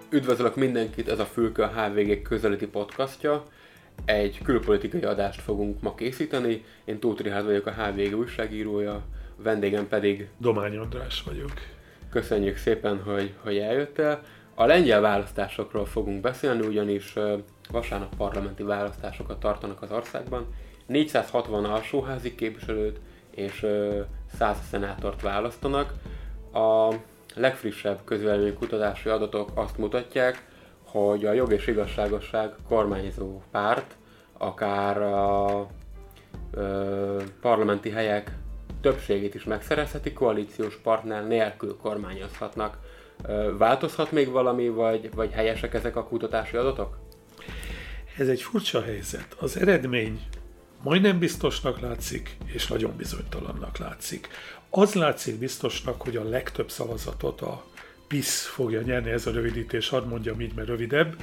Üdvözlök mindenkit, ez a Fülke a HVG közeleti podcastja. Egy külpolitikai adást fogunk ma készíteni. Én Tóth Richárd vagyok, a HVG újságírója, vendégem pedig Domány András vagyok. Köszönjük szépen, hogy eljöttél. A lengyel választásokról fogunk beszélni, ugyanis vasárnap parlamenti választásokat tartanak az országban. 460 alsóházi képviselőt és 100 szenátort választanak. A legfrissebb közvéleménykutatási adatok azt mutatják, hogy a Jog és Igazságosság kormányzó párt akár a parlamenti helyek többségét is megszerezheti, koalíciós partner nélkül kormányozhatnak. Változhat még valami, vagy helyesek ezek a kutatási adatok? Ez egy furcsa helyzet. Az eredmény majdnem biztosnak látszik, és nagyon bizonytalannak látszik. Az látszik biztosnak, hogy a legtöbb szavazatot a PiS fogja nyerni, ez a rövidítés, hadd mondjam így, mert rövidebb.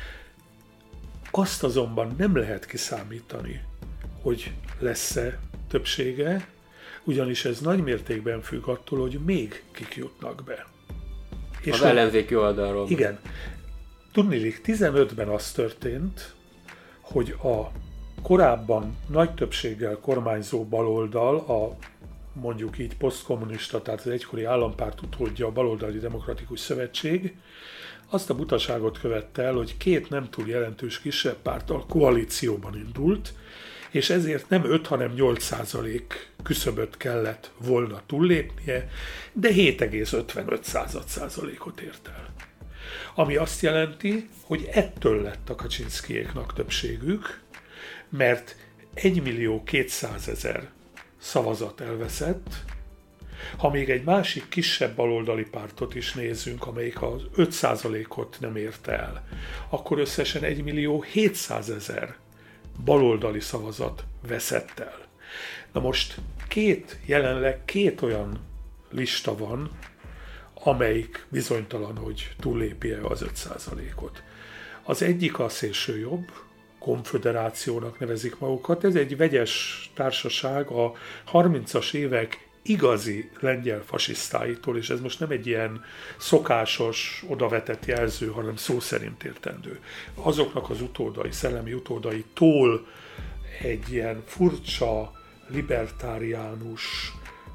Azt azonban nem lehet kiszámítani, hogy lesz-e többsége, ugyanis ez nagy mértékben függ attól, hogy még kik jutnak be. És az ellenzéki oldalról. Igen. Tudniillik, 15-ben az történt, hogy a korábban nagy többséggel kormányzó baloldal, a mondjuk így posztkommunista, tehát az egykori állampárt utódja, a Baloldali Demokratikus Szövetség, azt a butaságot követte el, hogy két nem túl jelentős kisebb párttal koalícióban indult, és ezért nem 5, hanem 8% küszöböt kellett volna túllépnie, de 7,55%-ot ért el. Ami azt jelenti, hogy ettől lett a Kaczynszkijéknak többségük, mert 1.200.000 szavazat elveszett. Ha még egy másik kisebb baloldali pártot is nézzünk, amelyik az 5%-ot nem érte el, akkor összesen 1.700.000 baloldali szavazat veszett el. Na most jelenleg két olyan lista van, amelyik bizonytalan, hogy túllépje az 5%-ot. Az egyik a szélsőjobb, konföderációnak nevezik magukat. Ez egy vegyes társaság a 30-as évek igazi lengyel fasisztáitól, és ez most nem egy ilyen szokásos, odavetett jelző, hanem szó szerint értendő. Azoknak az utódai, szellemi utódaitól egy ilyen furcsa, libertáriánus,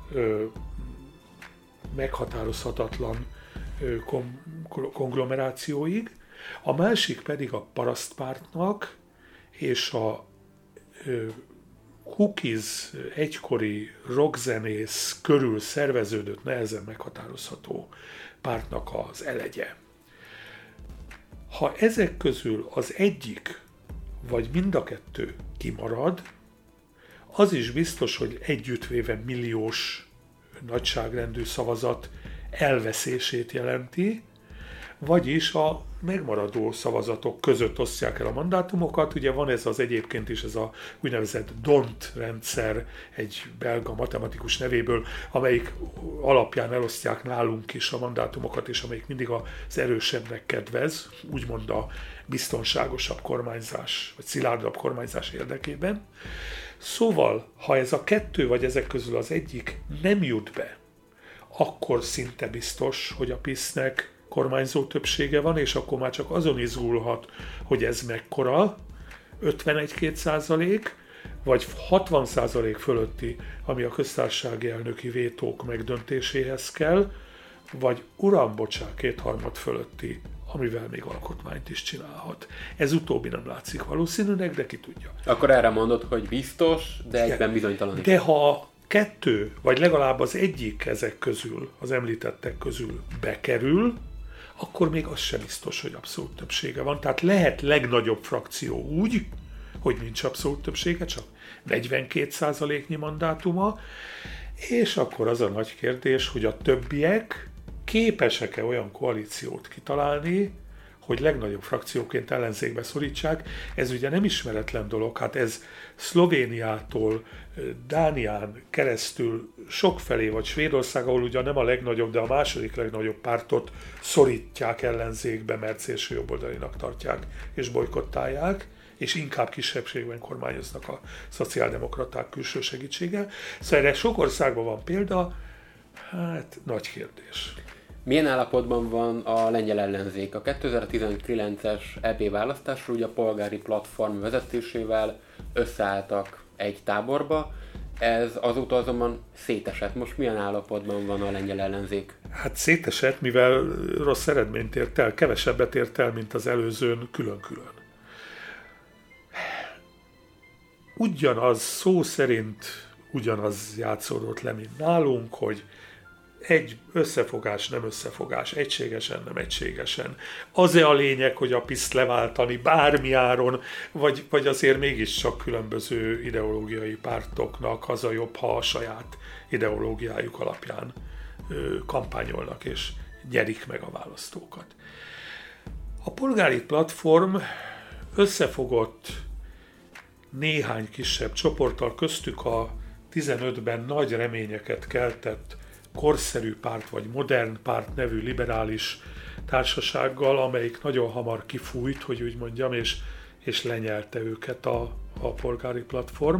meghatározhatatlan konglomerációig. A másik pedig a parasztpártnak és a cookies egykori rockzenész körül szerveződött, nehezen meghatározható pártnak az elegye. Ha ezek közül az egyik, vagy mind a kettő kimarad, az is biztos, hogy együttvéve milliós nagyságrendű szavazat elveszését jelenti, vagyis a megmaradó szavazatok között osztják el a mandátumokat. Ugye van ez az egyébként is ez a úgynevezett DONT rendszer, egy belga matematikus nevéből, amelyik alapján elosztják nálunk is a mandátumokat, és amelyik mindig az erősebbnek kedvez, úgymond a biztonságosabb kormányzás, vagy szilárdabb kormányzás érdekében. Szóval, ha ez a kettő, vagy ezek közül az egyik nem jut be, akkor szinte biztos, hogy a PiS-nek kormányzó többsége van, és akkor már csak azon izgulhat, hogy ez mekkora, 51-2%, vagy 60% fölötti, ami a köztársasági elnöki vétók megdöntéséhez kell, vagy uram, bocsánat, 2/3 fölötti, amivel még alkotmányt is csinálhat. Ez utóbbi nem látszik valószínűleg, de ki tudja. Akkor erre mondod, hogy biztos, de egyben bizonytalan is. De ha kettő, vagy legalább az egyik ezek közül, az említettek közül bekerül, akkor még az sem biztos, hogy abszolút többsége van. Tehát lehet legnagyobb frakció úgy, hogy nincs abszolút többsége, csak 42%-nyi mandátuma, és akkor az a nagy kérdés, hogy a többiek képesek-e olyan koalíciót kitalálni, hogy legnagyobb frakcióként ellenzékbe szorítsák. Ez ugye nem ismeretlen dolog, hát ez Szlovéniától Dánián keresztül sokfelé, vagy Svédország, ahol ugye nem a legnagyobb, de a második legnagyobb pártot szorítják ellenzékbe, mert szélsőjobboldalinak tartják és bojkottálják, és inkább kisebbségben kormányoznak a szociáldemokraták külső segítséggel. Szóval erre sok országban van példa, hát nagy kérdés. Milyen állapotban van a lengyel ellenzék? A 2019-es EP választásra ugye a polgári platform vezetésével összeálltak egy táborba, ez azóta azonban szétesett. Most milyen állapotban van a lengyel ellenzék? Hát szétesett, mivel rossz eredményt ért el, kevesebbet ért el, mint az előzőn külön-külön. Ugyanaz, szó szerint ugyanaz játszódott le, mint nálunk, hogy egy összefogás, nem összefogás, egységesen, nem egységesen. Az-e a lényeg, hogy a PiS-t leváltani bármi áron, vagy azért mégiscsak különböző ideológiai pártoknak az a jobb, ha a saját ideológiájuk alapján kampányolnak és nyerik meg a választókat. A polgári platform összefogott néhány kisebb csoporttal, köztük a 15-ben nagy reményeket keltett korszerű párt vagy modern párt nevű liberális társasággal, amelyik nagyon hamar kifújt, hogy úgy mondjam, és lenyelte őket a polgári platform.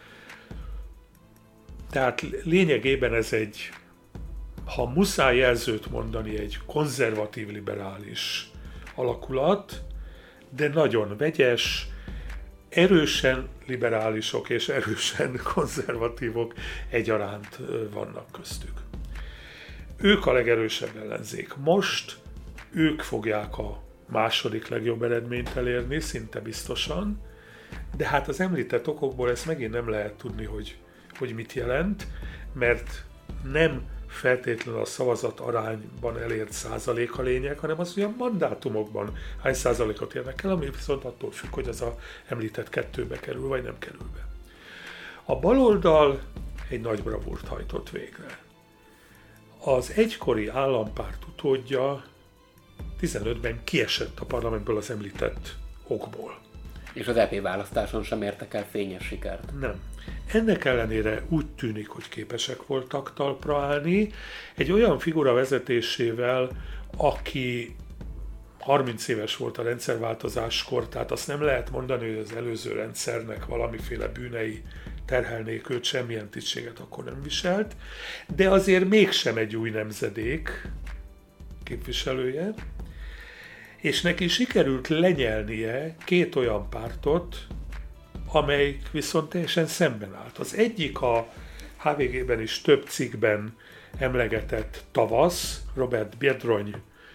Tehát lényegében ez egy, ha muszáj jelzőt mondani, egy konzervatív liberális alakulat, de nagyon vegyes, erősen liberálisok és erősen konzervatívok egyaránt vannak köztük. Ők a legerősebb ellenzék. Most ők fogják a második legjobb eredményt elérni, szinte biztosan, de hát az említett okokból ezt megint nem lehet tudni, hogy mit jelent, mert nem feltétlenül a szavazat arányban elért százalék a lényeg, hanem az, hogy a mandátumokban hány százalékot érnek el, ami viszont attól függ, hogy az a említett kettőbe kerül, vagy nem kerül be. A baloldal egy nagy bravúrt hajtott végre. Az egykori állampárt utódja 15-ben kiesett a parlamentből az említett okból. És az EP választáson sem értek el fényes sikert. Nem. Ennek ellenére úgy tűnik, hogy képesek voltak talpra állni, egy olyan figura vezetésével, aki 30 éves volt a rendszerváltozáskor, tehát azt nem lehet mondani, hogy az előző rendszernek valamiféle bűnei terhelnék őt, semmilyen tisztséget akkor nem viselt, de azért mégsem egy új nemzedék képviselője, és neki sikerült lenyelnie két olyan pártot, amelyik viszont teljesen szemben állt. Az egyik a HVG-ben is több cikkben emlegetett Tavasz, Robert Biedroń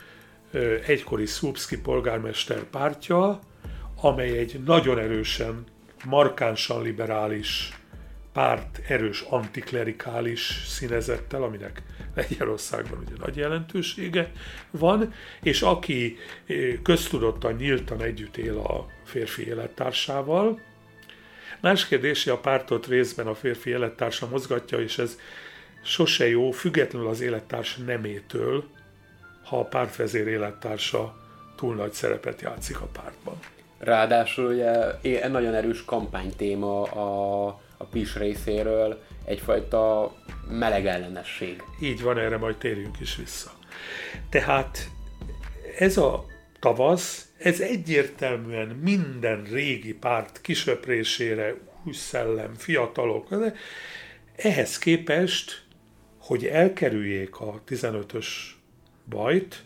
egykori Słupski polgármester pártja, amely egy nagyon erősen, markánsan liberális párt, erős antiklerikális színezettel, aminek Lengyelországban ugye nagy jelentősége van, és aki köztudottan nyíltan együtt él a férfi élettársával. Más kérdés, hogy a pártot részben a férfi élettársa mozgatja, és ez sose jó, függetlenül az élettárs nemétől, ha a pártvezér élettársa túl nagy szerepet játszik a pártban. Ráadásul ugye nagyon erős kampánytéma a PiS részéről, egyfajta meleg ellenesség. Így van, erre majd térjünk is vissza. Tehát ez a Tavasz, ez egyértelműen minden régi párt kisöprésére, új szellem, fiatalok, ehhez képest, hogy elkerüljék a 15-ös bajt,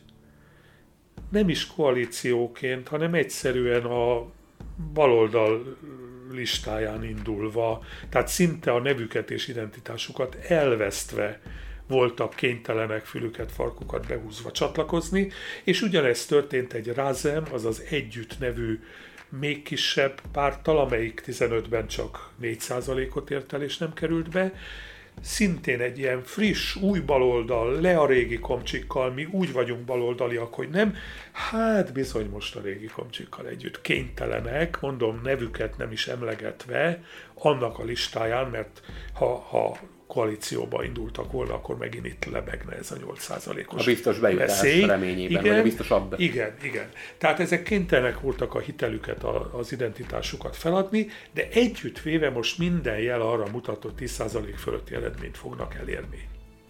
nem is koalícióként, hanem egyszerűen a baloldal listáján indulva, tehát szinte a nevüket és identitásukat elvesztve voltak kénytelenek fülüket, farkukat behúzva csatlakozni, és ugyanezt történt egy Razem, azaz Együtt nevű még kisebb párttal, amelyik 15-ben csak 4%-ot ért el és nem került be. Szintén egy ilyen friss, új baloldal, le a régi komcsikkal, mi úgy vagyunk baloldaliak, hogy nem. Hát bizony most a régi komcsikkal együtt kénytelenek, mondom nevüket nem is emlegetve, annak a listáján, mert ha koalícióba indultak volna, akkor megint itt lebegne ez a 8%-os a biztos bejutás veszély. reményében, igen, vagy a biztosabb. Igen. Tehát ezek kénytelenek voltak a hitelüket, az identitásukat feladni, de együttvéve most minden jel arra mutat, hogy 10% fölötti eredményt fognak elérni.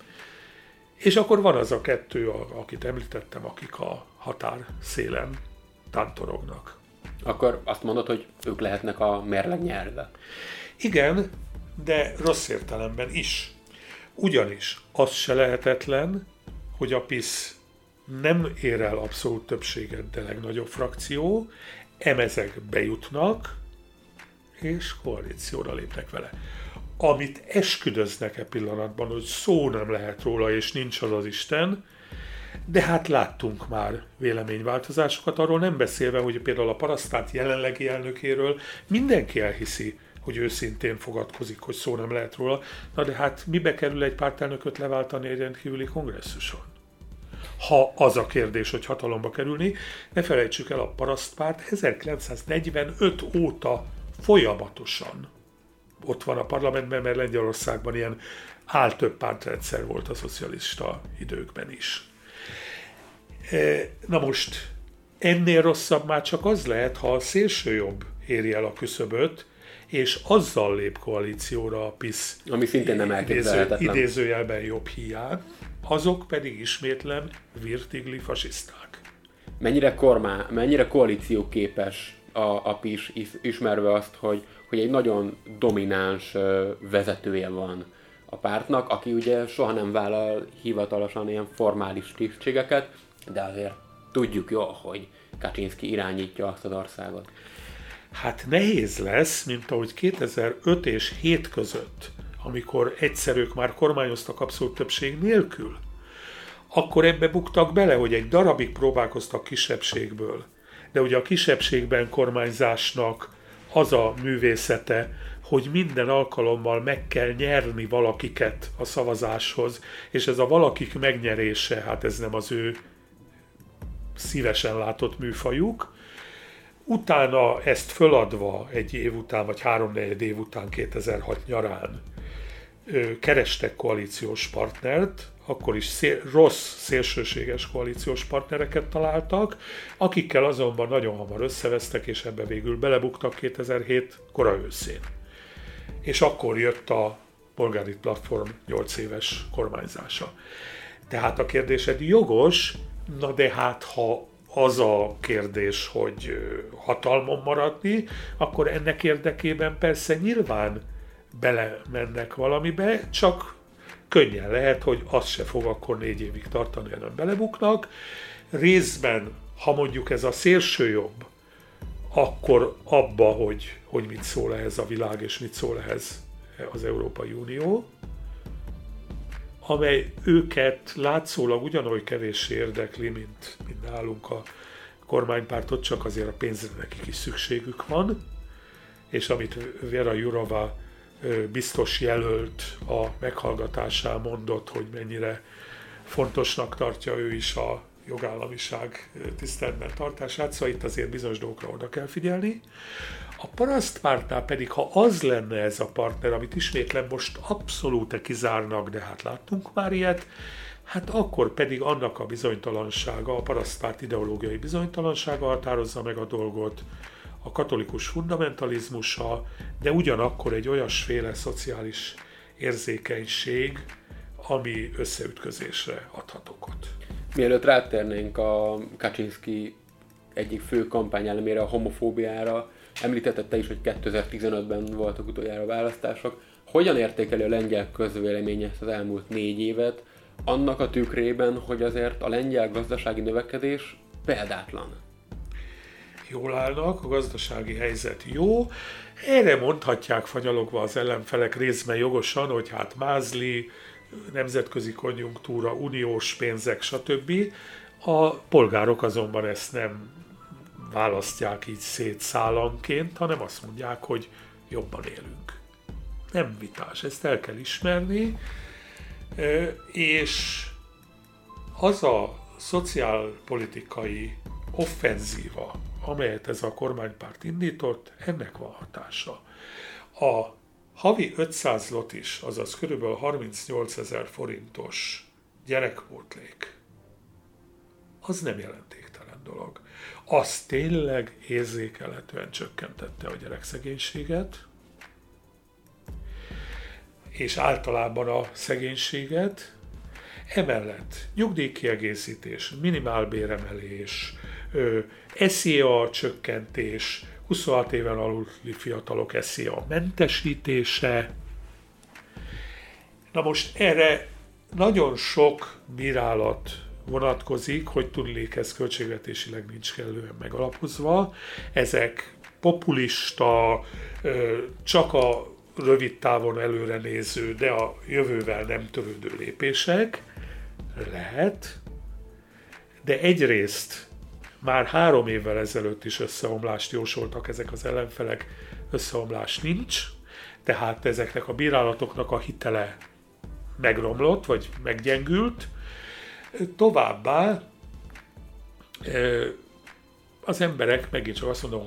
És akkor van az a kettő, akit említettem, akik a határ szélen tántorognak. Akkor azt mondod, hogy ők lehetnek a mérleg nyelve. Igen, de rossz értelemben is. Ugyanis az se lehetetlen, hogy a PiS nem ér el abszolút többséget, de legnagyobb frakció, ezek bejutnak, és koalícióra lépnek vele. Amit esküdöznek pillanatban, hogy szó nem lehet róla, és nincs az az Isten, de hát láttunk már véleményváltozásokat, arról nem beszélve, hogy például a Parasztpárt jelenlegi elnökéről mindenki elhiszi, hogy őszintén fogadkozik, hogy szó nem lehet róla. Na de hát mibe kerül egy pártelnököt leváltani egy rendkívüli kongresszuson? Ha az a kérdés, hogy hatalomba kerülni, ne felejtsük el, a Parasztpárt 1945 óta folyamatosan ott van a parlamentben, mert Lengyelországban ilyen több pártrendszer volt a szocialista időkben is. Na most ennél rosszabb már csak az lehet, ha a szélsőjobb éri el a küszöböt, és azzal lép koalícióra a PiS, ami szintén nem elképzelhetetlen. Idézőjelben jobb hiány, azok pedig ismétlen virtigli fasiszták. Mennyire koalícióképes a PiS, ismerve azt, hogy egy nagyon domináns vezetője van a pártnak, aki ugye soha nem vállal hivatalosan ilyen formális tisztségeket, de azért tudjuk jól, hogy Kaczynszki irányítja azt az országot. Hát nehéz lesz, mint ahogy 2005 és 2007 között, amikor egyszer ők már kormányoztak abszolút többség nélkül, akkor ebbe buktak bele, hogy egy darabig próbálkoztak kisebbségből. De ugye a kisebbségben kormányzásnak az a művészete, hogy minden alkalommal meg kell nyerni valakiket a szavazáshoz, és ez a valakik megnyerése, hát ez nem az ő szívesen látott műfajuk. Utána ezt föladva egy év után, vagy 3-4 év után 2006 nyarán kerestek koalíciós partnert, akkor is rossz, szélsőséges koalíciós partnereket találtak, akikkel azonban nagyon hamar összevesztek, és ebbe végül belebuktak 2007 kora őszén. És akkor jött a Polgári Platform 8 éves kormányzása. Tehát a kérdésed jogos, na de hát ha az a kérdés, hogy hatalmon maradni, akkor ennek érdekében persze nyilván belemennek valamibe, csak könnyen lehet, hogy az se fog akkor 4 évig tartani, hanem belebuknak. Részben, ha mondjuk ez a szélsőjobb, akkor abba, hogy mit szól ehhez a világ, és mit szól ehhez az Európai Unió, amely őket látszólag ugyanolyan kevéssé érdekli, mint nálunk a kormánypártot, csak azért a pénzre nekik is szükségük van, és amit Vera Jourova biztos jelölt a meghallgatásán mondott, hogy mennyire fontosnak tartja ő is a jogállamiság tiszteletben tartását, szóval itt azért bizonyos dolgokra oda kell figyelni. A Parasztpártnál pedig, ha az lenne ez a partner, amit ismétlen most abszolút kizárnak, de hát láttunk már ilyet, hát akkor pedig annak a bizonytalansága, a Parasztpárt ideológiai bizonytalansága határozza meg a dolgot, a katolikus fundamentalizmusa, de ugyanakkor egy olyasféle szociális érzékenység, ami összeütközésre adhat okot. Mielőtt rátérnénk a Kaczynszki egyik fő kampányelemére, a homofóbiára, említetted te is, hogy 2015-ben voltak utoljára választások. Hogyan értékeli a lengyel közvélemény ezt az elmúlt 4 évet, annak a tükrében, hogy azért a lengyel gazdasági növekedés példátlan? Jól állnak, a gazdasági helyzet jó. Erre mondhatják fanyalogva az ellenfelek részben jogosan, hogy hát mázli, nemzetközi konjunktúra, uniós pénzek, stb. A polgárok azonban ezt nem választják így szétszálanként, hanem azt mondják, hogy jobban élünk. Nem vitás, ezt el kell ismerni, és az a szociálpolitikai offenzíva, amelyet ez a kormánypárt indított, ennek van hatása. A havi 500 zlotis, azaz kb. 38 000 forintos gyerekpótlék, az nem jelentéktelen dolog. Az tényleg érzékelhetően csökkentette a gyerekszegénységet, és általában a szegénységet. Emellett nyugdíjkiegészítés, minimálbéremelés, SZIA csökkentés, 26 éven aluli fiatalok SZIA mentesítése. Na most erre nagyon sok bírálat vonatkozik, hogy tudnék, ez költségvetésileg nincs kellően megalapozva. Ezek populista, csak a rövid távon előre néző, de a jövővel nem törődő lépések. Lehet. De egyrészt már 3 évvel ezelőtt is összeomlást jósoltak ezek az ellenfelek, összeomlás nincs, tehát ezeknek a bírálatoknak a hitele megromlott, vagy meggyengült. Továbbá az emberek, megint csak azt mondom, a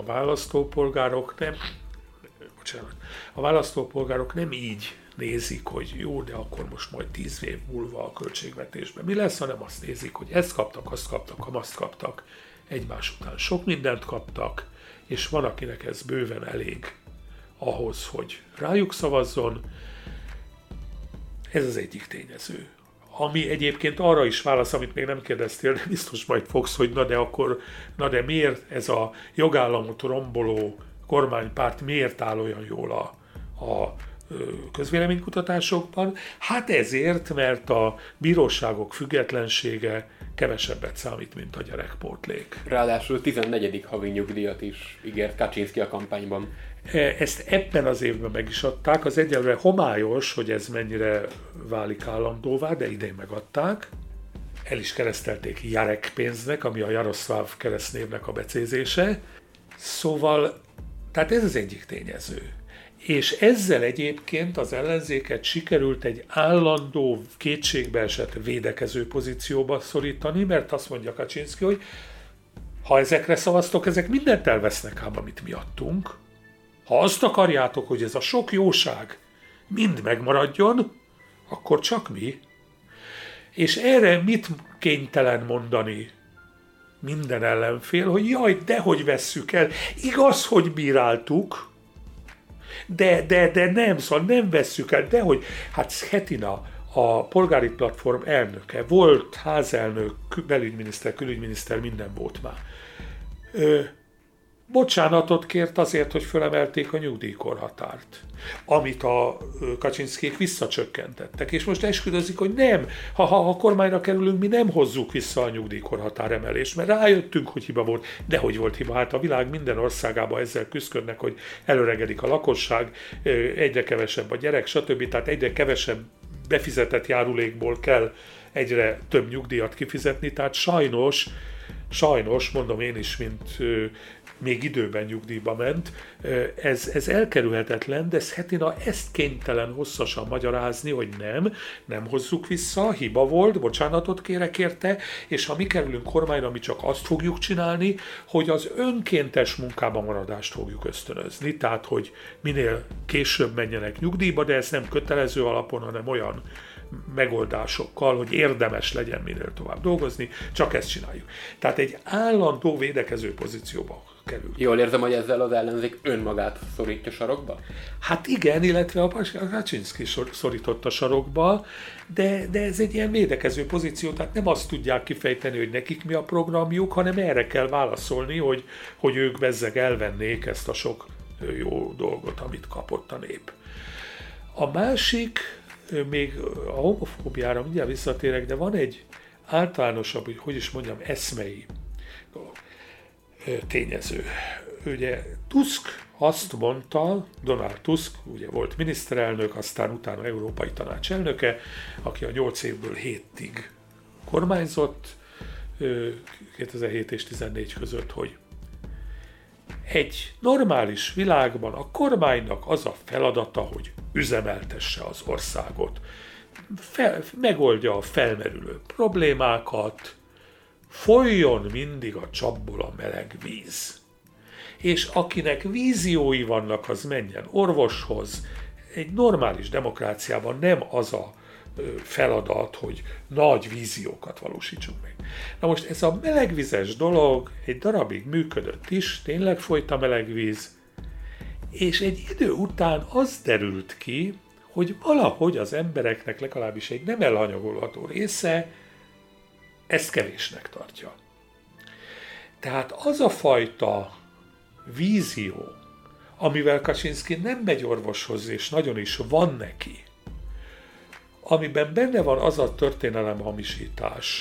választópolgárok nem így nézik, hogy jó, de akkor most majd 10 év múlva a költségvetésben mi lesz, hanem azt nézik, hogy ezt kaptak, azt kaptak, azt kaptak, egymás után sok mindent kaptak, és van, akinek ez bőven elég ahhoz, hogy rájuk szavazzon. Ez az egyik tényező. Ami egyébként arra is válasz, amit még nem kérdeztél, de biztos majd fogsz, hogy na de miért ez a jogállamot romboló kormánypárt miért áll olyan jól a közvéleménykutatásokban? Hát ezért, mert a bíróságok függetlensége kevesebbet számít, mint a gyerekpótlék. Ráadásul 14. havi nyugdíjat is ígért Kaczynszki a kampányban. Ezt ebben az évben meg is adták, az egyelőre homályos, hogy ez mennyire válik állandóvá, de idén megadták. El is keresztelték Jarek pénznek, ami a Jaroszláv keresztnévnek a becézése. Szóval, tehát ez az egyik tényező. És ezzel egyébként az ellenzéket sikerült egy állandó, kétségbeesett védekező pozícióba szorítani, mert azt mondja Kaczynszki, hogy ha ezekre szavaztok, ezek mindent elvesznek ám, amit mi adtunk. Ha azt akarjátok, hogy ez a sok jóság mind megmaradjon, akkor csak mi. És erre mit kénytelen mondani minden ellenfél, hogy jaj, dehogy vesszük el. Igaz, hogy bíráltuk, de nem, szóval nem vesszük el, dehogy. Hát Schetina, a polgári platform elnöke, volt házelnök, belügyminiszter, külügyminiszter, minden volt már. Bocsánatot kért azért, hogy fölemelték a nyugdíjkorhatárt, amit a Kaczynszkik visszacsökkentettek. És most esküdözik, hogy nem, ha a kormányra kerülünk, mi nem hozzuk vissza a nyugdíjkorhatár emelést, mert rájöttünk, hogy hiba volt, de hogy volt hiba. Hát a világ minden országában ezzel küzdködnek, hogy előregedik a lakosság, egyre kevesebb a gyerek, stb. Tehát egyre kevesebb befizetett járulékból kell egyre több nyugdíjat kifizetni, tehát sajnos, mondom én is, mint még időben nyugdíjba ment, ez elkerülhetetlen, de Schetina ezt kénytelen hosszasan magyarázni, hogy nem hozzuk vissza, hiba volt, bocsánatot kérek érte, és ha mi kerülünk kormányra, mi csak azt fogjuk csinálni, hogy az önkéntes munkában maradást fogjuk ösztönözni, tehát hogy minél később menjenek nyugdíjba, de ez nem kötelező alapon, hanem olyan megoldásokkal, hogy érdemes legyen minél tovább dolgozni, csak ezt csináljuk. Tehát egy állandó védekező pozícióba kerül. Jól érzem, hogy ezzel az ellenzék önmagát szorítja sarokba? Hát igen, illetve a Kaczynszki szorította sarokba, de ez egy ilyen védekező pozíció, tehát nem azt tudják kifejteni, hogy nekik mi a programjuk, hanem erre kell válaszolni, hogy ők bezzeg elvennék ezt a sok jó dolgot, amit kapott a nép. A másik, még a homofóbiára mindjárt visszatérek, de van egy általánosabb, hogy is mondjam, eszmei tényező. Ugye Tusk azt mondta, Donald Tusk, ugye volt miniszterelnök, aztán utána Európai Tanács elnöke, aki a 8 évből 7-ig kormányzott, 2007 és 2014 között, hogy egy normális világban a kormánynak az a feladata, hogy üzemeltesse az országot, megoldja a felmerülő problémákat, folyjon mindig a csapból a meleg víz. És akinek víziói vannak, az menjen orvoshoz. Egy normális demokráciában nem az a feladat, hogy nagy víziókat valósítsunk meg. Na most ez a melegvizes dolog egy darabig működött is, tényleg folyt a melegvíz, és egy idő után az derült ki, hogy valahogy az embereknek legalábbis egy nem elhanyagolható része ezt kevésnek tartja. Tehát az a fajta vízió, amivel Kaczynszki nem megy orvoshoz, és nagyon is van neki, amiben benne van az a történelemhamisítás,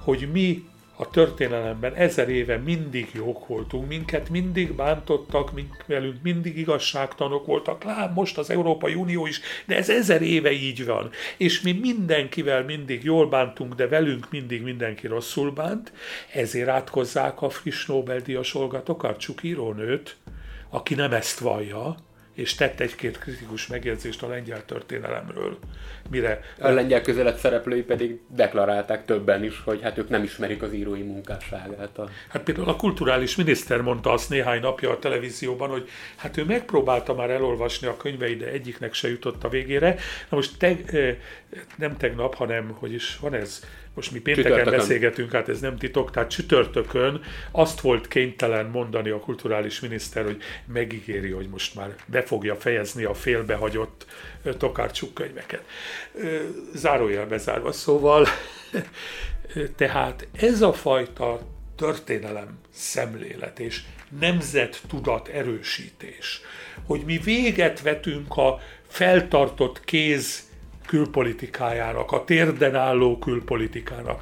hogy mi a történelemben 1000 éve mindig jók voltunk, minket mindig bántottak, velünk mindig igazságtanok voltak, lám most az Európai Unió is, de ez 1000 éve így van. És mi mindenkivel mindig jól bántunk, de velünk mindig mindenki rosszul bánt, ezért átkozzák a friss Nobel-díjas Olga Tokarczuk írónőt, aki nem ezt vallja, és tett egy-két kritikus megjegyzést a lengyel történelemről. Mire a lengyel közélet szereplői pedig deklarálták többen is, hogy hát ők nem ismerik az írói munkásságát. Hát például a kulturális miniszter mondta azt néhány napja a televízióban, hogy hát ő megpróbálta már elolvasni a könyveit, de egyiknek se jutott a végére. Na most nem tegnap, hanem hogy is van ez? Most mi pénteken beszélgetünk, hát ez nem titok, tehát csütörtökön azt volt kénytelen mondani a kulturális miniszter, hogy megígéri, hogy most már be fogja fejezni a félbehagyott Tokarczuk könyveket. Zárójelbe zárva, szóval tehát ez a fajta történelem szemlélet és nemzettudat erősítés, hogy mi véget vetünk a feltartott kéz külpolitikájának, a térden álló külpolitikának.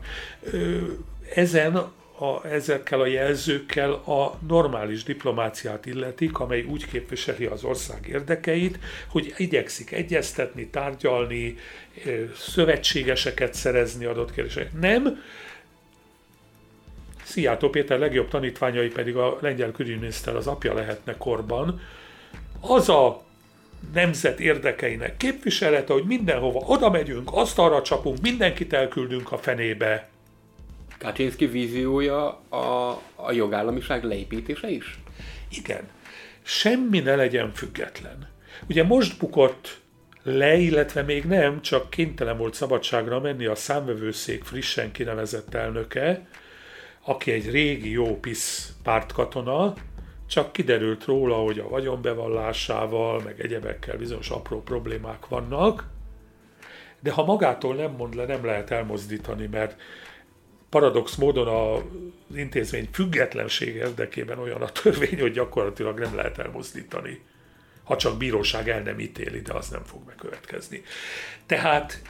Ezekkel a jelzőkkel a normális diplomáciát illetik, amely úgy képviseli az ország érdekeit, hogy igyekszik egyeztetni, tárgyalni, szövetségeseket szerezni adott kérdések. Nem. Szijjártó Péter legjobb tanítványai pedig a lengyel külügyminiszter, az apja lehetne korban. Az a nemzet érdekeinek képviselete, hogy mindenhova oda megyünk, asztalra csapunk, mindenkit elküldünk a fenébe. Kaczynszki víziója a jogállamiság leépítése is? Igen. Semmi ne legyen független. Ugye most bukott le, illetve még nem, csak kénytelen volt szabadságra menni a Számvevőszék frissen kinevezett elnöke, aki egy régi jó PiS pártkatona, csak kiderült róla, hogy a vagyonbevallásával, meg egyebekkel bizonyos apró problémák vannak, de ha magától nem mond le, nem lehet elmozdítani, mert paradox módon az intézmény függetlenség érdekében olyan a törvény, hogy gyakorlatilag nem lehet elmozdítani. Ha csak bíróság el nem ítéli, de az nem fog bekövetkezni. Tehát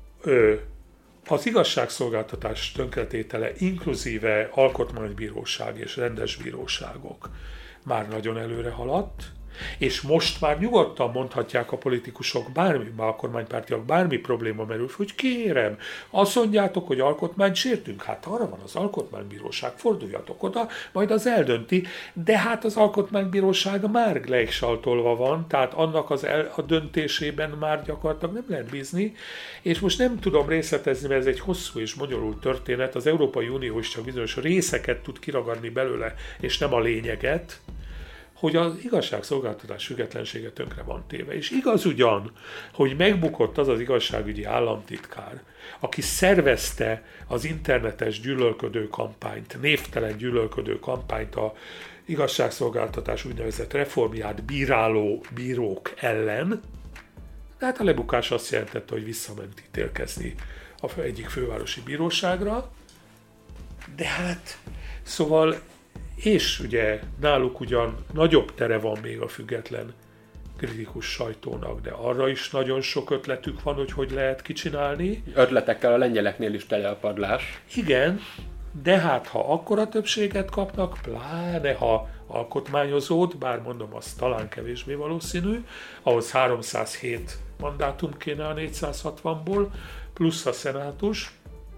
az igazságszolgáltatás tönkretétele, inkluzíve alkotmánybíróság és rendes bíróságok már nagyon előre haladt, és most már nyugodtan mondhatják a politikusok, a kormánypártiak bármi probléma merül, hogy kérem, azt mondjátok, hogy alkotmányt sértünk, hát arra van az alkotmánybíróság, forduljatok oda, majd az eldönti, de hát az alkotmánybíróság már gleichschaltolva van, tehát annak a döntésében már gyakorlatilag nem lehet bízni, és most nem tudom részletezni, mert ez egy hosszú és bonyolult történet, az Európai Unió is csak bizonyos részeket tud kiragadni belőle, és nem a lényeget, hogy az igazságszolgáltatás függetlensége tönkre van téve. És igaz ugyan, hogy megbukott az az igazságügyi államtitkár, aki szervezte az internetes gyűlölködő kampányt, névtelen gyűlölködő kampányt a igazságszolgáltatás úgynevezett reformját bíráló bírók ellen, de hát a lebukás azt jelentette, hogy visszament ítélkezni a egyik fővárosi bíróságra, de hát szóval és ugye náluk ugyan nagyobb tere van még a független kritikus sajtónak, de arra is nagyon sok ötletük van, hogy lehet kicsinálni. Ötletekkel a lengyeleknél is tele a padlás. Igen, de hát ha akkora többséget kapnak, pláne ha alkotmányozód, bár mondom, az talán kevésbé valószínű, ahhoz 307 mandátum kéne a 460-ból, plusz a szenátus.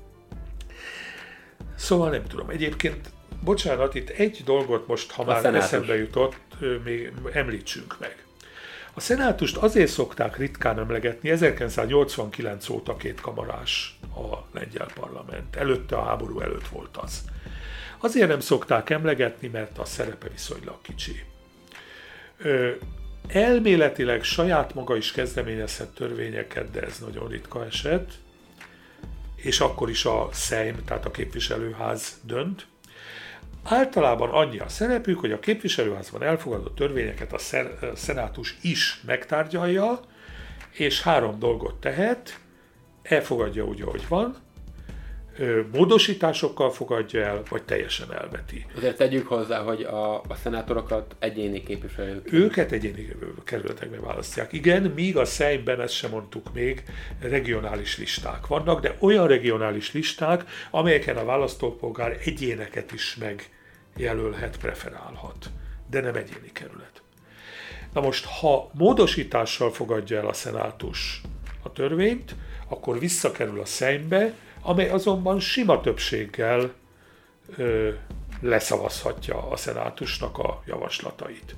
Szóval nem tudom, egyébként bocsánat, itt egy dolgot most, ha már eszembe jutott, még említsünk meg. A szenátust azért szokták ritkán emlegetni, 1989 óta kétkamarás a lengyel parlament. Előtte a háború előtt volt az. Azért nem szokták emlegetni, mert a szerepe viszonylag kicsi. Elméletileg saját maga is kezdeményezhet törvényeket, de ez nagyon ritka eset, és akkor is a Szejm, tehát a képviselőház dönt. Általában annyi a szerepük, hogy a képviselőházban elfogadott törvényeket a szenátus is megtárgyalja, és 3 dolgot tehet, elfogadja úgy, ahogy van, módosításokkal fogadja el, vagy teljesen elveti. Azért tegyük hozzá, hogy a szenátorokat egyéni képviselők. Őket egyéni kerületekben választják. Igen, míg a Szeimben, ezt sem mondtuk még, regionális listák vannak, de olyan regionális listák, amelyeken a választópolgár egyéneket is megjelölhet, preferálhat, de nem egyéni kerület. Na most, ha módosítással fogadja el a szenátus a törvényt, akkor visszakerül a Szeimbe, amely azonban sima többséggel leszavazhatja a szenátusnak a javaslatait.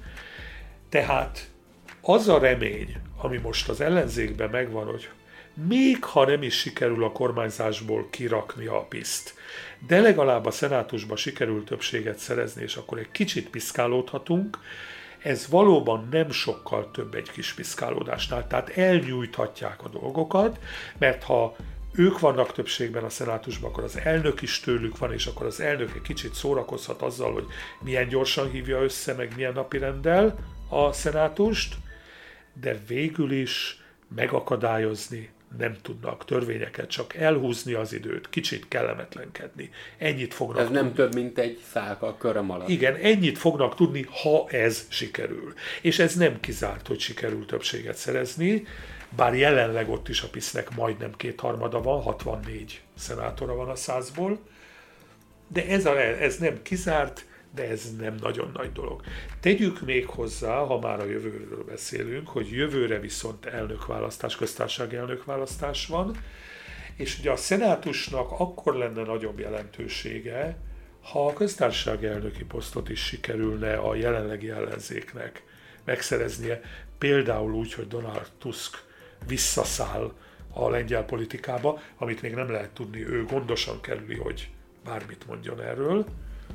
Tehát az a remény, ami most az ellenzékben megvan, hogy még ha nem is sikerül a kormányzásból kirakni a PISZ-t, de legalább a szenátusban sikerül többséget szerezni, és akkor egy kicsit piszkálódhatunk, ez valóban nem sokkal több egy kis piszkálódásnál, tehát elnyújthatják a dolgokat, mert ha ők vannak többségben a szenátusban, akkor az elnök is tőlük van, és akkor az elnök egy kicsit szórakozhat azzal, hogy milyen gyorsan hívja össze, meg milyen napirenddel a szenátust, de végül is megakadályozni nem tudnak törvényeket, csak elhúzni az időt, kicsit kellemetlenkedni. Ennyit fognak Ez nem több, mint egy szálka a köröm alatt. Igen, ennyit fognak tudni, ha ez sikerül. És ez nem kizárt, hogy sikerül többséget szerezni, bár jelenleg ott is a PISZ-nek majdnem 2/3 van, 64 szenátora van a 100-ból, de ez nem kizárt, de ez nem nagyon nagy dolog. Tegyük még hozzá, ha már a jövőről beszélünk, hogy jövőre viszont elnökválasztás, köztársasági elnökválasztás van, és ugye a szenátusnak akkor lenne nagyobb jelentősége, ha a köztársasági elnöki posztot is sikerülne a jelenlegi ellenzéknek megszereznie, például úgy, hogy Donald Tusk visszaszáll a lengyel politikába, amit még nem lehet tudni, ő gondosan kerüli, hogy bármit mondjon erről,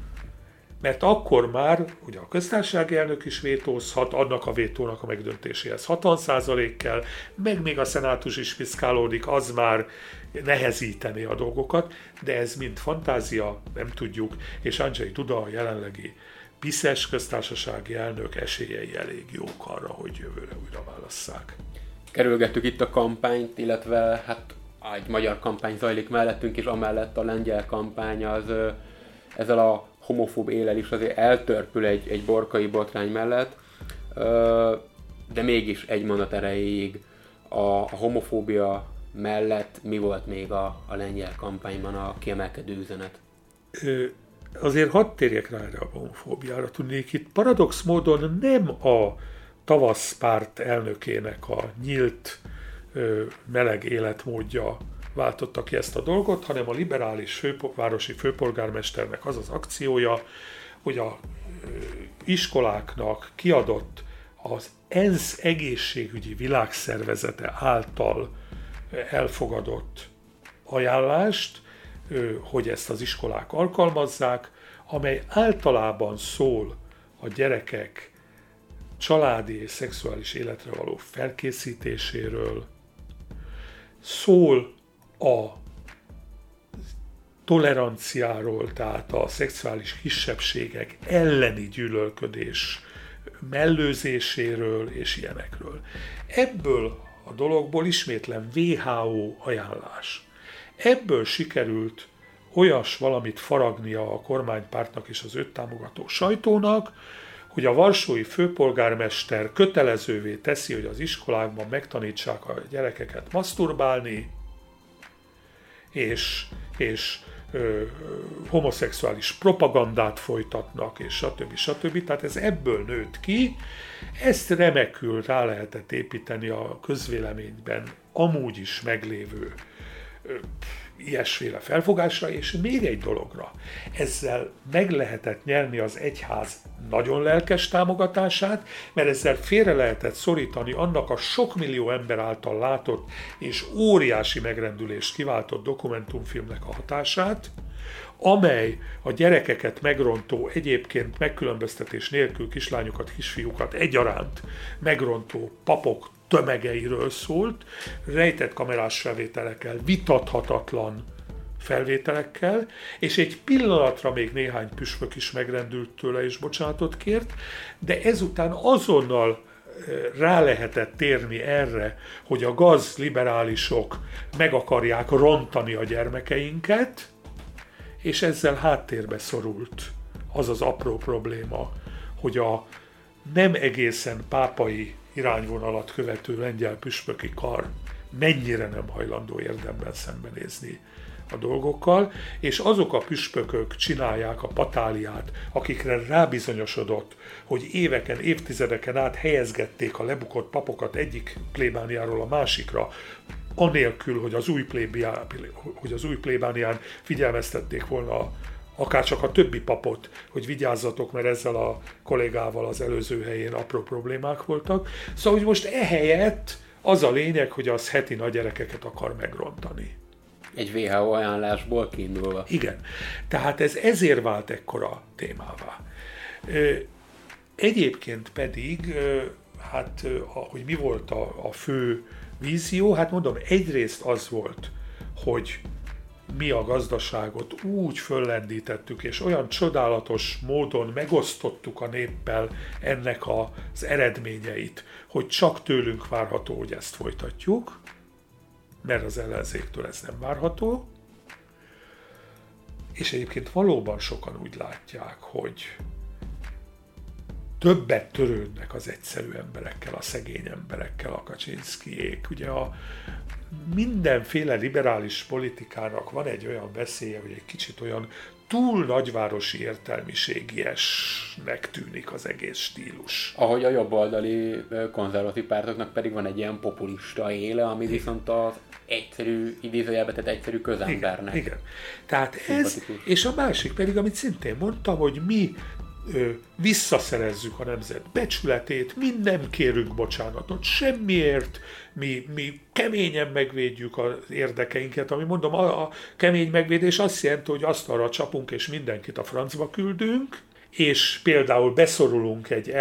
mert akkor már ugye a köztársasági elnök is vétózhat, annak a vétónak a megdöntéséhez 60% kell, meg még a szenátus is piszkálódik, az már nehezíteni a dolgokat, de ez mind fantázia, nem tudjuk, és Andrzej Duda, a jelenlegi PISZ-es köztársasági elnök esélyei elég jók arra, hogy jövőre újra válasszák. Kerülgettük itt a kampányt, illetve hát egy magyar kampány zajlik mellettünk, és amellett a lengyel kampány az ezzel a homofób élel is azért eltörpül egy borkai botrány mellett, de mégis egy mondat erejéig a homofóbia mellett mi volt még a lengyel kampányban a kiemelkedő üzenet? Azért hadd térjek rá erre a homofóbiára. Tudnék, itt paradox módon nem a tavaszpárt elnökének a nyílt, meleg életmódja váltotta ki ezt a dolgot, hanem a liberális városi főpolgármesternek az az akciója, hogy a iskoláknak kiadott az ENSZ egészségügyi világszervezete által elfogadott ajánlást, hogy ezt az iskolák alkalmazzák, amely általában szól a gyerekek családi és szexuális életre való felkészítéséről, szól a toleranciáról, tehát a szexuális kisebbségek elleni gyűlölködés mellőzéséről és ilyenekről. Ebből a dologból ismétlen WHO ajánlás. Ebből sikerült olyas valamit faragnia a kormánypártnak és az őt támogató sajtónak, hogy a varsói főpolgármester kötelezővé teszi, hogy az iskolákban megtanítsák a gyerekeket maszturbálni, és homoszexuális propagandát folytatnak, és stb. Tehát ez ebből nőtt ki, ezt remekül rá lehetett építeni a közvéleményben amúgy is meglévő ilyesféle felfogásra, és még egy dologra. Ezzel meg lehetett nyerni az egyház nagyon lelkes támogatását, mert ezzel félre lehetett szorítani annak a sok millió ember által látott és óriási megrendülést kiváltott dokumentumfilmnek a hatását, amely a gyerekeket megrontó, egyébként megkülönböztetés nélkül kislányokat, kisfiúkat egyaránt megrontó papok tömegeiről szólt, rejtett kamerás felvételekkel, vitathatatlan felvételekkel, és egy pillanatra még néhány püspök is megrendült tőle és bocsánatot kért, de ezután azonnal rá lehetett térni erre, hogy a gazliberálisok meg akarják rontani a gyermekeinket, és ezzel háttérbe szorult az az apró probléma, hogy a nem egészen pápai irányvonalat követő lengyel püspöki kar mennyire nem hajlandó érdemben szembenézni a dolgokkal, és azok a püspökök csinálják a patáliát, akikre rábizonyosodott, hogy éveken, évtizedeken át helyezgették a lebukott papokat egyik plébániáról a másikra, anélkül, hogy az új plébánián figyelmeztették volna akár csak a többi papot, hogy vigyázzatok, mert ezzel a kollégával az előző helyén apró problémák voltak. Szóval, hogy most ehelyett az a lényeg, hogy az heti nagygyerekeket akar megrontani. Egy WHO ajánlásból kiindulva. Igen. Tehát ez ezért vált ekkora témává. Egyébként pedig, hát, hogy mi volt a fő vízió, hát mondom, egyrészt az volt, hogy mi a gazdaságot úgy föllendítettük, és olyan csodálatos módon megosztottuk a néppel ennek az eredményeit, hogy csak tőlünk várható, hogy ezt folytatjuk, mert az ellenzéktől ez nem várható. És egyébként valóban sokan úgy látják, hogy többet törődnek az egyszerű emberekkel, a szegény emberekkel, a Kaczynszkijék. Ugye mindenféle liberális politikának van egy olyan veszélye, hogy egy kicsit olyan túl nagyvárosi értelmiségiesnek tűnik az egész stílus. Ahogy a jobboldali konzervatív pártoknak pedig van egy ilyen populista éle, ami viszont az egyszerű, idézőjelbe tett egyszerű közembernek. Igen. Tehát ez, és a másik pedig, amit szintén mondtam, hogy mi visszaszerezzük a nemzet becsületét, mi nem kérünk bocsánatot semmiért, mi keményen megvédjük az érdekeinket, ami mondom, a kemény megvédés azt jelenti, hogy asztalra csapunk és mindenkit a francba küldünk, és például beszorulunk egy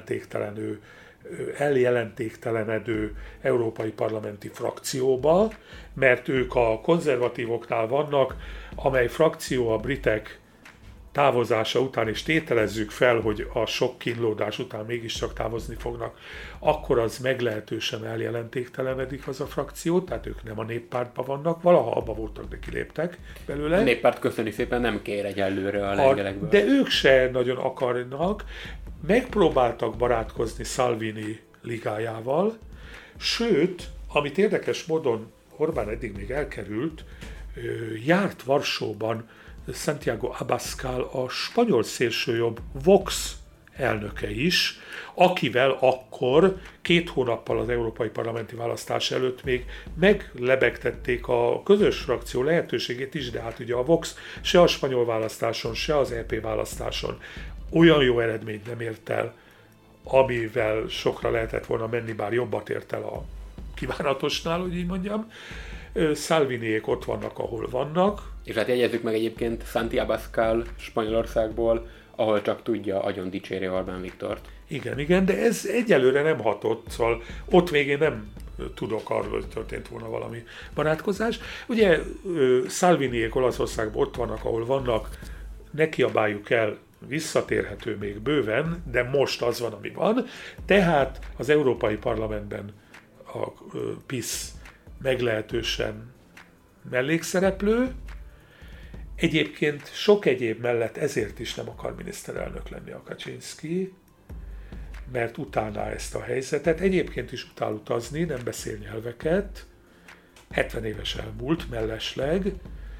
eljelentéktelenedő európai parlamenti frakcióba, mert ők a konzervatívoknál vannak, amely frakció a britek távozása után, és tételezzük fel, hogy a sok kínlódás után mégiscsak távozni fognak, akkor az meglehetősen eljelentéktelenedik az a frakció, tehát ők nem a néppártban vannak, valaha abba voltak, de kiléptek belőle. A néppárt köszöni szépen nem kér egyelőre a lengyelekből. De ők se nagyon akarnak, megpróbáltak barátkozni Salvini ligájával, sőt, amit érdekes módon Orbán eddig még elkerült, járt Varsóban Santiago Abascal, a spanyol szélsőjobb Vox elnöke is, akivel akkor 2 hónappal az európai parlamenti választás előtt még meglebegtették a közös frakció lehetőségét is, de hát ugye a Vox se a spanyol választáson, se az EP választáson olyan jó eredményt nem ért el, amivel sokra lehetett volna menni, bár jobbat ért el a kívánatosnál, hogy így mondjam. Salviniék ott vannak, ahol vannak. És hát jegyezzük meg egyébként Santiago Abascal Spanyolországból, ahol csak tudja, agyon dicséri Orbán Viktort. Igen, de ez egyelőre nem hatott, szóval ott végén nem tudok arról, hogy történt volna valami barátkozás. Ugye Salviniék Olaszországban ott vannak, ahol vannak, ne kiabáljuk el, visszatérhető még bőven, de most az van, ami van. Tehát az Európai Parlamentben a PiS meglehetősen mellékszereplő. Egyébként sok egyéb mellett ezért is nem akar miniszterelnök lenni a Kaczynszki, mert utálná ezt a helyzetet. Egyébként is utál utazni, nem beszél nyelveket. 70 éves elmúlt, mellesleg.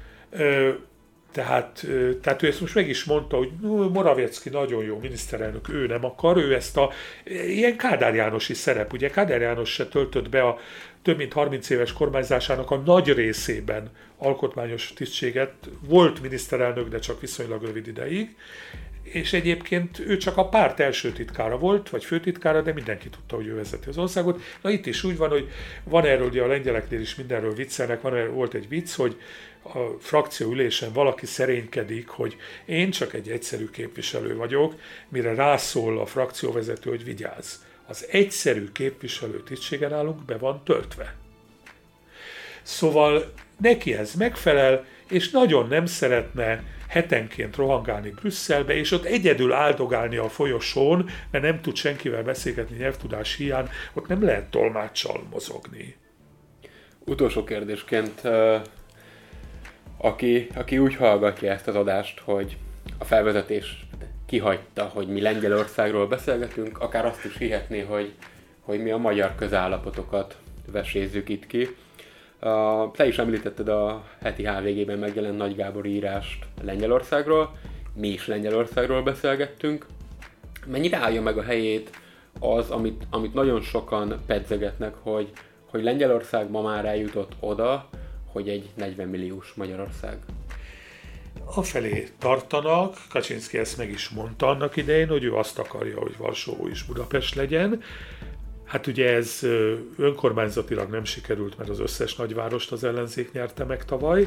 Tehát ő ezt most meg is mondta, hogy Morawiecki nagyon jó miniszterelnök, ő nem akar, ő ezt ilyen Kádár Jánosi szerep. Ugye Kádár János se töltött be a több mint 30 éves kormányzásának a nagy részében alkotmányos tisztséget, volt miniszterelnök, de csak viszonylag rövid ideig, és egyébként ő csak a párt első titkára volt, vagy főtitkára, de mindenki tudta, hogy ő vezeti az országot. Na itt is úgy van, hogy van erről, ugye a lengyeleknél is mindenről viccelnek, volt egy vicc, hogy a frakcióülésen valaki szerénykedik, hogy én csak egy egyszerű képviselő vagyok, mire rászól a frakcióvezető, hogy vigyázz. Az egyszerű képviselő tisztsége nálunk be van töltve. Szóval neki ez megfelel, és nagyon nem szeretne hetenként rohangálni Brüsszelbe, és ott egyedül áldogálni a folyosón, mert nem tud senkivel beszélgetni nyelvtudás hiány, ott nem lehet tolmáccsal mozogni. Utolsó kérdésként, aki úgy hallgatja ezt az adást, hogy a felvezetés kihagyta, hogy mi Lengyelországról beszélgetünk, akár azt is hihetné, hogy mi a magyar közállapotokat vesézzük itt ki. Te is említetted a heti HVG-ben megjelent Nagy Gábor írást Lengyelországról, mi is Lengyelországról beszélgettünk. Mennyire állja meg a helyét az, amit nagyon sokan pedzegetnek, hogy Lengyelország ma már eljutott oda, hogy egy 40 milliós Magyarország? Afelé tartanak, Kaczynszki ezt meg is mondta annak idején, hogy ő azt akarja, hogy Varsóvó is Budapest legyen. Hát ugye ez önkormányzatilag nem sikerült, mert az összes nagyvárost az ellenzék nyerte meg tavaly.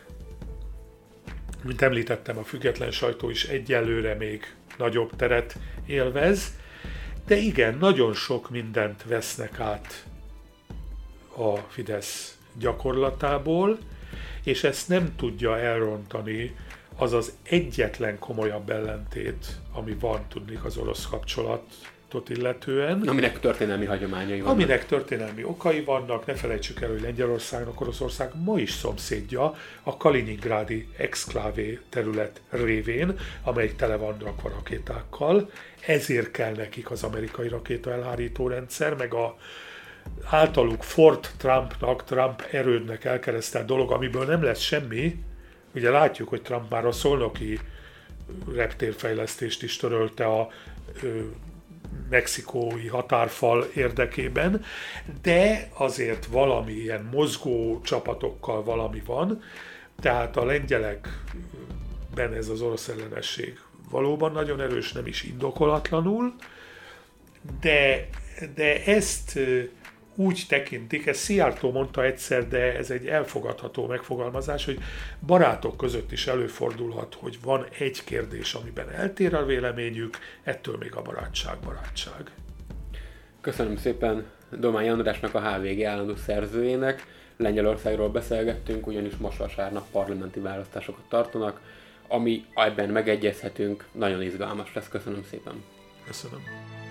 Mint említettem, a független sajtó is egyelőre még nagyobb teret élvez, de igen, nagyon sok mindent vesznek át a Fidesz gyakorlatából, és ezt nem tudja elrontani az az egyetlen komolyabb ellentét, ami van, tudnék, az orosz kapcsolatot illetően. Aminek történelmi hagyományai vannak. Aminek történelmi okai vannak, ne felejtsük el, hogy Lengyelországnak Oroszország ma is szomszédja a Kaliningrádi exklávé terület révén, amelyik tele van rakva rakétákkal. Ezért kell nekik az amerikai rakéta elhárító rendszer, meg a általuk Fort Trumpnak, Trump erődnek elkeresztelt dolog, amiből nem lesz semmi. Ugye látjuk, hogy Trump már a szolnoki reptérfejlesztést is törölte a mexikói határfal érdekében, de azért valami ilyen mozgó csapatokkal valami van, tehát a lengyelekben ez az orosz ellenesség valóban nagyon erős, nem is indokolatlanul, de ezt úgy tekintik, ezt Szijjártó mondta egyszer, de ez egy elfogadható megfogalmazás, hogy barátok között is előfordulhat, hogy van egy kérdés, amiben eltér a véleményük, ettől még a barátság. Köszönöm szépen Domány Andrásnak, a HVG állandó szerzőjének. Lengyelországról beszélgettünk, ugyanis most vasárnap parlamenti választásokat tartanak, ami ebben megegyezhetünk, nagyon izgalmas lesz. Köszönöm szépen. Köszönöm.